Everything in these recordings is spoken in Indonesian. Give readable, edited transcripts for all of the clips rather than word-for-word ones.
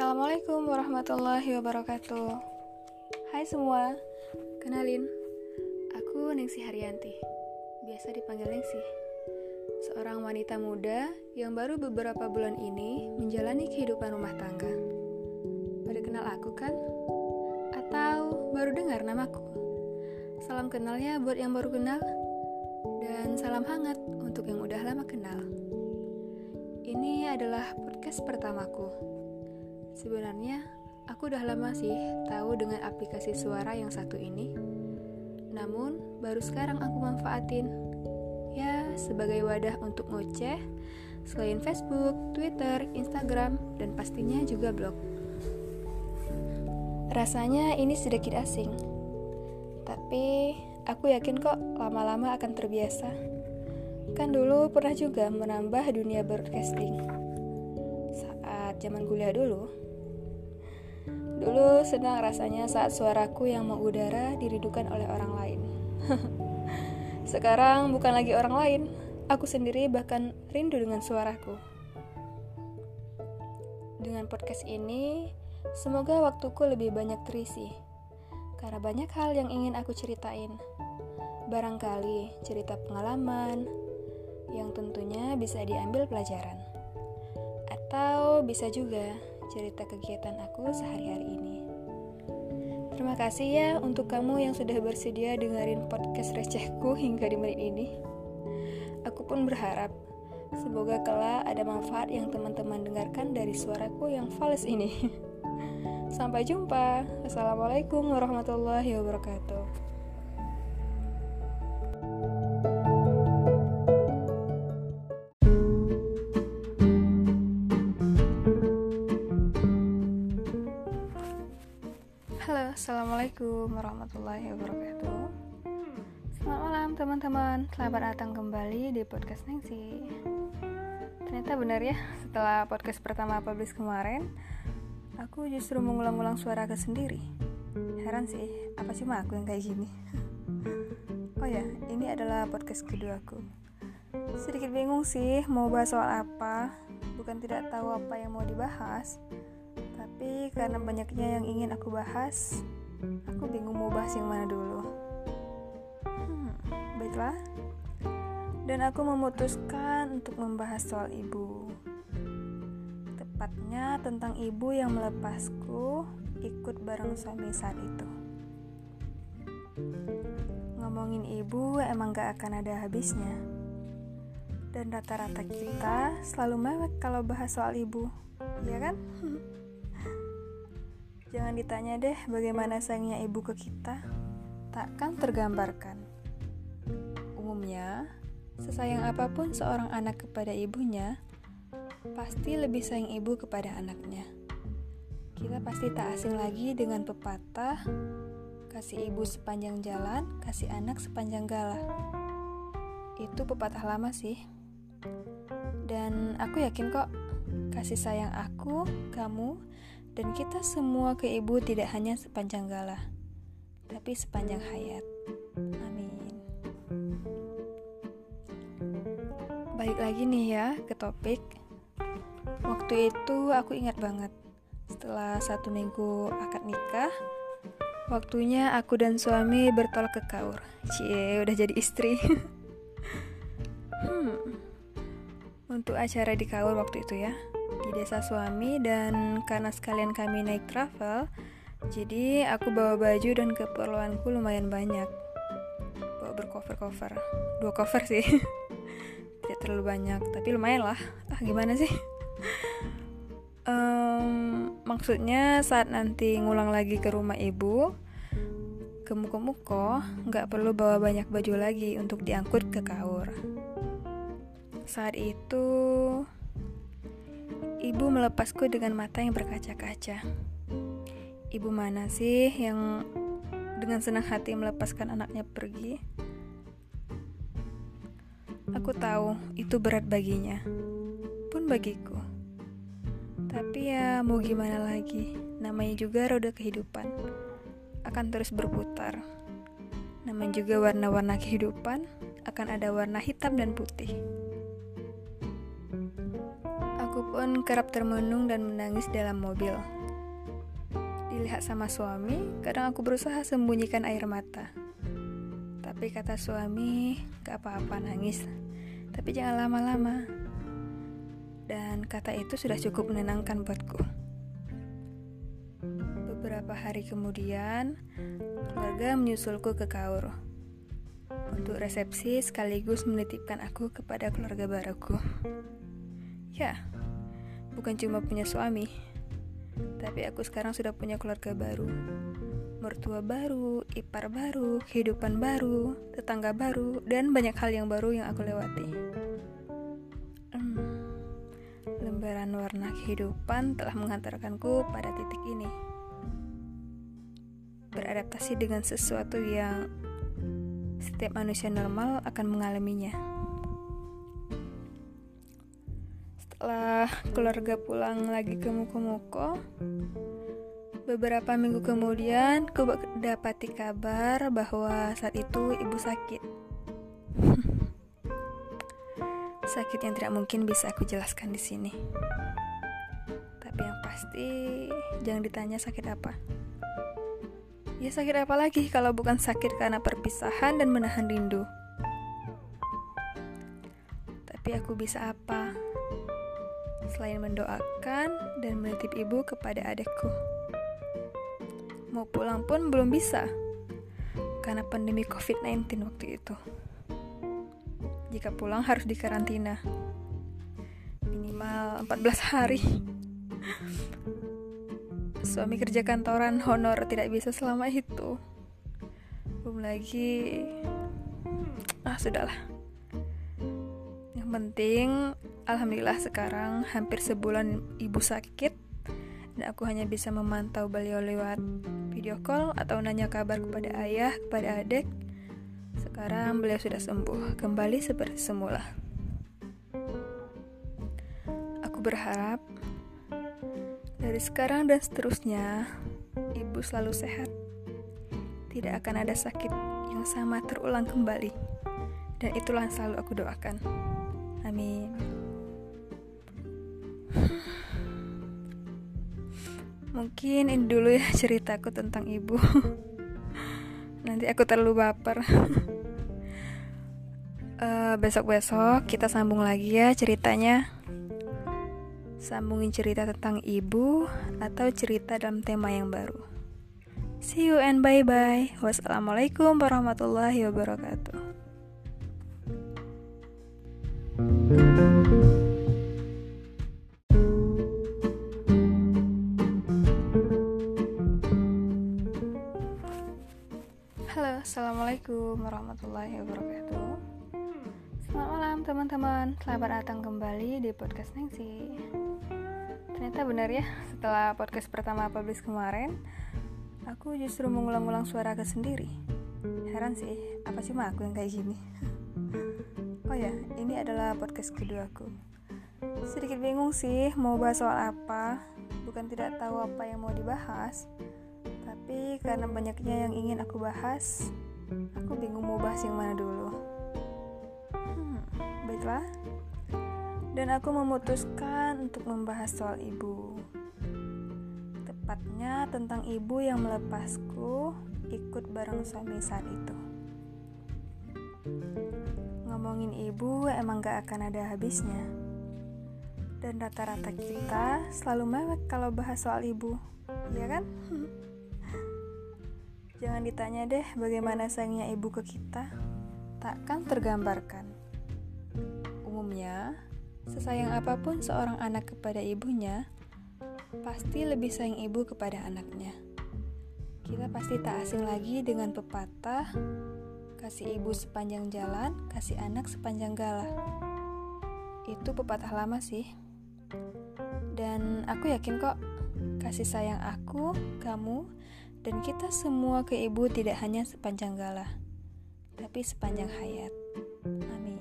Assalamualaikum warahmatullahi wabarakatuh. Hai semua, kenalin, aku Ningsi Haryanti, biasa dipanggil Ningsi. Seorang wanita muda yang baru beberapa bulan ini menjalani kehidupan rumah tangga. Pada kenal aku kan? Atau baru dengar namaku? Salam kenal ya buat yang baru kenal, dan salam hangat untuk yang udah lama kenal. Ini adalah podcast pertamaku. Sebenarnya, aku udah lama sih tahu dengan aplikasi suara yang satu ini. Namun, baru sekarang aku manfaatin. Ya, sebagai wadah untuk ngoceh, selain Facebook, Twitter, Instagram, dan pastinya juga blog. Rasanya ini sedikit asing. Tapi, aku yakin kok lama-lama akan terbiasa. Kan dulu pernah juga menambah dunia broadcasting. Saat zaman kuliah dulu senang rasanya saat suaraku yang mengudara dirindukan oleh orang lain. Sekarang bukan lagi orang lain, aku sendiri bahkan rindu dengan suaraku. Dengan podcast ini, semoga waktuku lebih banyak terisi, karena banyak hal yang ingin aku ceritain. Barangkali cerita pengalaman, yang tentunya bisa diambil pelajaran. Atau bisa juga cerita kegiatan aku sehari-hari ini. Terima kasih ya untuk kamu yang sudah bersedia dengerin podcast recehku hingga di menit ini. Aku pun berharap semoga kelak ada manfaat yang teman-teman dengarkan dari suaraku yang fals ini. Sampai jumpa. Assalamualaikum warahmatullahi wabarakatuh. Halo, Assalamualaikum warahmatullahi wabarakatuh. Selamat malam teman-teman, selamat datang kembali di podcast Ningsi. Ternyata benar ya, setelah podcast pertama publish kemarin, aku justru mengulang-ulang suara aku sendiri. Heran sih, apa cuma aku yang kayak gini? Oh ya, ini adalah podcast keduaku. Sedikit bingung sih mau bahas soal apa, bukan tidak tahu apa yang mau dibahas. Tapi karena banyaknya yang ingin aku bahas, aku bingung mau bahas yang mana dulu. Baiklah. Dan aku memutuskan untuk membahas soal ibu. Tepatnya tentang ibu yang melepasku ikut bareng suami saat itu. Ngomongin ibu emang gak akan ada habisnya. Dan rata-rata kita selalu mewek kalau bahas soal ibu, iya kan? Jangan ditanya deh bagaimana sayangnya ibu ke kita, takkan tergambarkan. Umumnya, sesayang apapun seorang anak kepada ibunya, pasti lebih sayang ibu kepada anaknya. Kita pasti tak asing lagi dengan pepatah, kasih ibu sepanjang jalan, kasih anak sepanjang galah. Itu pepatah lama sih. Dan aku yakin kok, kasih sayang aku, kamu, dan kita semua ke ibu tidak hanya sepanjang galah, tapi sepanjang hayat. Amin. Balik lagi nih ya ke topik. Waktu itu aku ingat banget, setelah 1 minggu akad nikah, waktunya aku dan suami bertolak ke Kaur. Cie, udah jadi istri. Untuk acara di Kaur waktu itu ya, di desa suami, dan karena sekalian kami naik travel, jadi aku bawa baju dan keperluanku lumayan banyak. Bawa bercover-cover, 2 cover sih. Tidak terlalu banyak, tapi lumayan lah. Gimana sih? Maksudnya saat nanti ngulang lagi ke rumah ibu, ke muko-muko, gak perlu bawa banyak baju lagi untuk diangkut ke Kaur. Saat itu ibu melepasku dengan mata yang berkaca-kaca. Ibu mana sih yang dengan senang hati melepaskan anaknya pergi? Aku tahu itu berat baginya, pun bagiku. Tapi ya mau gimana lagi, namanya juga roda kehidupan, akan terus berputar. Namanya juga warna-warna kehidupan, akan ada warna hitam dan putih. Aku pun kerap termenung dan menangis dalam mobil. Dilihat sama suami, kadang aku berusaha sembunyikan air mata. Tapi kata suami, gak apa-apa nangis, tapi jangan lama-lama. Dan kata itu sudah cukup menenangkan buatku. Beberapa hari kemudian, keluarga menyusulku ke Kaur untuk resepsi sekaligus menitipkan aku kepada keluarga baruku. Ya, bukan cuma punya suami, tapi aku sekarang sudah punya keluarga baru. Mertua baru, ipar baru, kehidupan baru, tetangga baru, dan banyak hal yang baru yang aku lewati. Lembaran warna kehidupan telah mengantarkanku pada titik ini. Beradaptasi dengan sesuatu yang setiap manusia normal akan mengalaminya. Setelah keluarga pulang lagi ke Muko-Muko, beberapa minggu kemudian ku dapati kabar bahwa saat itu ibu sakit. Sakit yang tidak mungkin bisa aku jelaskan di sini. Tapi yang pasti jangan ditanya sakit apa. Ya sakit apa lagi kalau bukan sakit karena perpisahan dan menahan rindu. Tapi aku bisa apa? Selain mendoakan dan menitip ibu kepada adekku. Mau pulang pun belum bisa karena pandemi COVID-19 waktu itu. Jika pulang harus dikarantina minimal 14 hari. Suami kerja kantoran honor tidak bisa selama itu. Belum lagi sudahlah. Yang penting alhamdulillah sekarang hampir sebulan ibu sakit dan aku hanya bisa memantau beliau lewat video call atau nanya kabar kepada ayah, kepada adik. Sekarang beliau sudah sembuh, kembali seperti semula. Aku berharap dari sekarang dan seterusnya ibu selalu sehat. Tidak akan ada sakit yang sama terulang kembali. Dan itulah yang selalu aku doakan. Amin. Mungkin ini dulu ya ceritaku tentang ibu. Nanti aku terlalu baper. Besok-besok kita sambung lagi ya ceritanya. Sambungin cerita tentang ibu atau cerita dalam tema yang baru. See you and bye-bye. Wassalamualaikum warahmatullahi wabarakatuh. Halo, assalamualaikum warahmatullahi wabarakatuh. Selamat malam teman-teman, selamat datang kembali di podcast Nengsi. Ternyata benar ya, setelah podcast pertama publish kemarin, aku justru mengulang-ulang suara aku sendiri. Heran sih, apa cuma aku yang kayak gini? Oh ya, ini adalah podcast kedua aku. Sedikit bingung sih mau bahas soal apa. Bukan tidak tahu apa yang mau dibahas, tapi karena banyaknya yang ingin aku bahas, aku bingung mau bahas yang mana dulu. Baiklah. Dan aku memutuskan untuk membahas soal ibu. Tepatnya tentang ibu yang melepasku ikut bareng suami saat itu. Ngomongin ibu emang gak akan ada habisnya. Dan rata-rata kita selalu mewek kalau bahas soal ibu, iya kan? Jangan ditanya deh bagaimana sayangnya ibu ke kita. Takkan tergambarkan. Umumnya, sesayang apapun seorang anak kepada ibunya, pasti lebih sayang ibu kepada anaknya. Kita pasti tak asing lagi dengan pepatah, kasih ibu sepanjang jalan, kasih anak sepanjang galah. Itu pepatah lama sih. Dan aku yakin kok, kasih sayang aku, kamu, dan kita semua ke ibu tidak hanya sepanjang galah, tapi sepanjang hayat. Amin.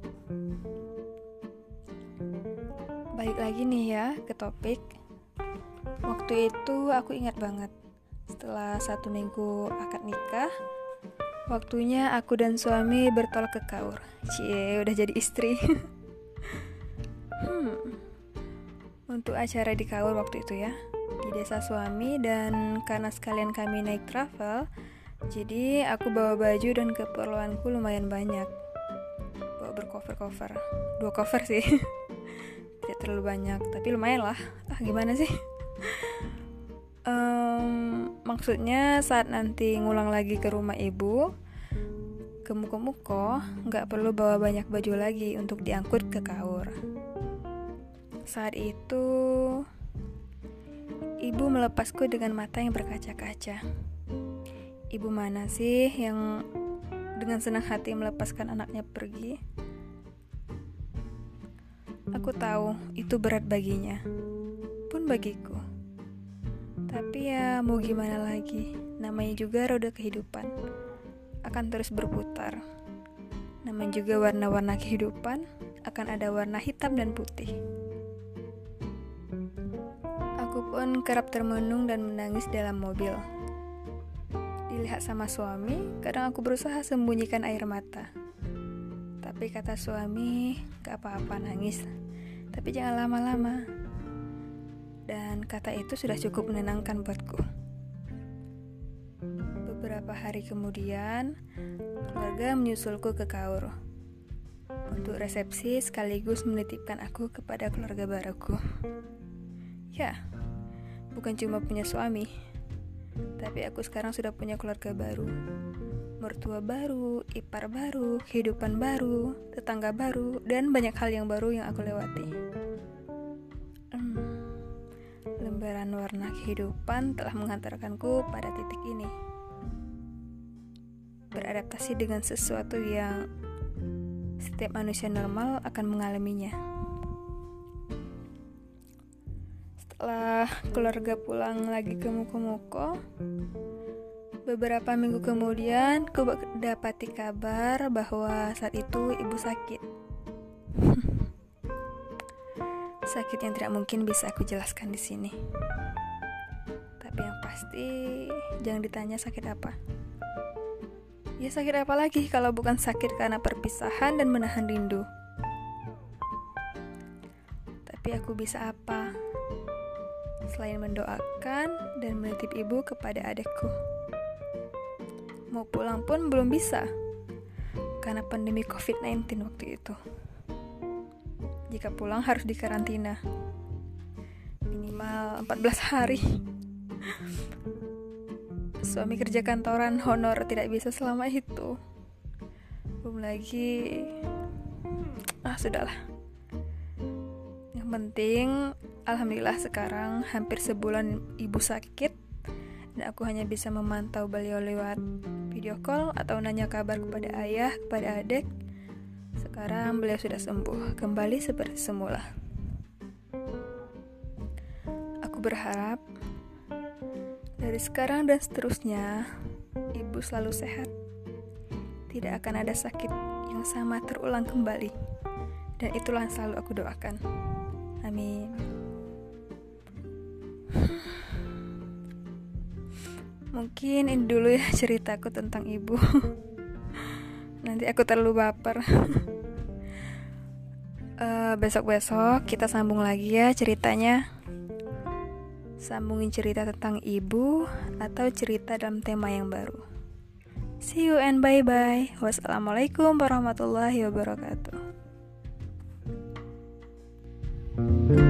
Balik lagi nih ya ke topik. Waktu itu aku ingat banget, setelah 1 minggu akad nikah, waktunya aku dan suami bertolak ke Kaur. Cie, udah jadi istri. untuk acara di Kaur waktu itu ya, di desa suami. Dan karena sekalian kami naik travel, jadi aku bawa baju dan keperluanku lumayan banyak. Bawa bercover-cover, 2 cover sih. Tidak terlalu banyak, tapi lumayan lah. Gimana sih? Maksudnya saat nanti ngulang lagi ke rumah ibu, ke Muko-Muko, gak perlu bawa banyak baju lagi untuk diangkut ke Kaur. Saat itu ibu melepasku dengan mata yang berkaca-kaca. Ibu mana sih yang dengan senang hati melepaskan anaknya pergi? Aku tahu itu berat baginya, pun bagiku. Tapi ya mau gimana lagi, namanya juga roda kehidupan, akan terus berputar. Namanya juga warna-warna kehidupan, akan ada warna hitam dan putih. Aku pun kerap termenung dan menangis dalam mobil. Dilihat sama suami, kadang aku berusaha sembunyikan air mata. Tapi kata suami, gak apa-apa nangis, tapi jangan lama-lama. Dan kata itu sudah cukup menenangkan buatku. Beberapa hari kemudian, keluarga menyusulku ke Kaur untuk resepsi sekaligus menitipkan aku kepada keluarga baruku. Ya, bukan cuma punya suami, tapi aku sekarang sudah punya keluarga baru, mertua baru, ipar baru, kehidupan baru, tetangga baru, dan banyak hal yang baru yang aku lewati. Lembaran warna kehidupan telah mengantarkanku pada titik ini. Beradaptasi dengan sesuatu yang setiap manusia normal akan mengalaminya. Setelah keluarga pulang lagi ke Muko-Muko, beberapa minggu kemudian ku dapati kabar bahwa saat itu ibu sakit. Sakit yang tidak mungkin bisa aku jelaskan di sini. Tapi yang pasti jangan ditanya sakit apa. Ya sakit apa lagi kalau bukan sakit karena perpisahan dan menahan rindu. Tapi aku bisa apa? Selain mendoakan dan menitip ibu kepada adekku. Mau pulang pun belum bisa karena pandemi COVID-19 waktu itu. Jika pulang harus dikarantina minimal 14 hari. Suami kerja kantoran honor tidak bisa selama itu. Belum lagi sudahlah. Yang penting alhamdulillah sekarang hampir sebulan ibu sakit dan aku hanya bisa memantau beliau lewat video call atau nanya kabar kepada ayah, kepada adik. Sekarang beliau sudah sembuh, kembali seperti semula. Aku berharap dari sekarang dan seterusnya ibu selalu sehat. Tidak akan ada sakit yang sama terulang kembali. Dan itulah yang selalu aku doakan. Amin. Mungkin ini dulu ya ceritaku tentang ibu. Nanti aku terlalu baper. Besok-besok kita sambung lagi ya ceritanya. Sambungin cerita tentang ibu atau cerita dalam tema yang baru. See you and bye-bye. Wassalamualaikum warahmatullahi wabarakatuh.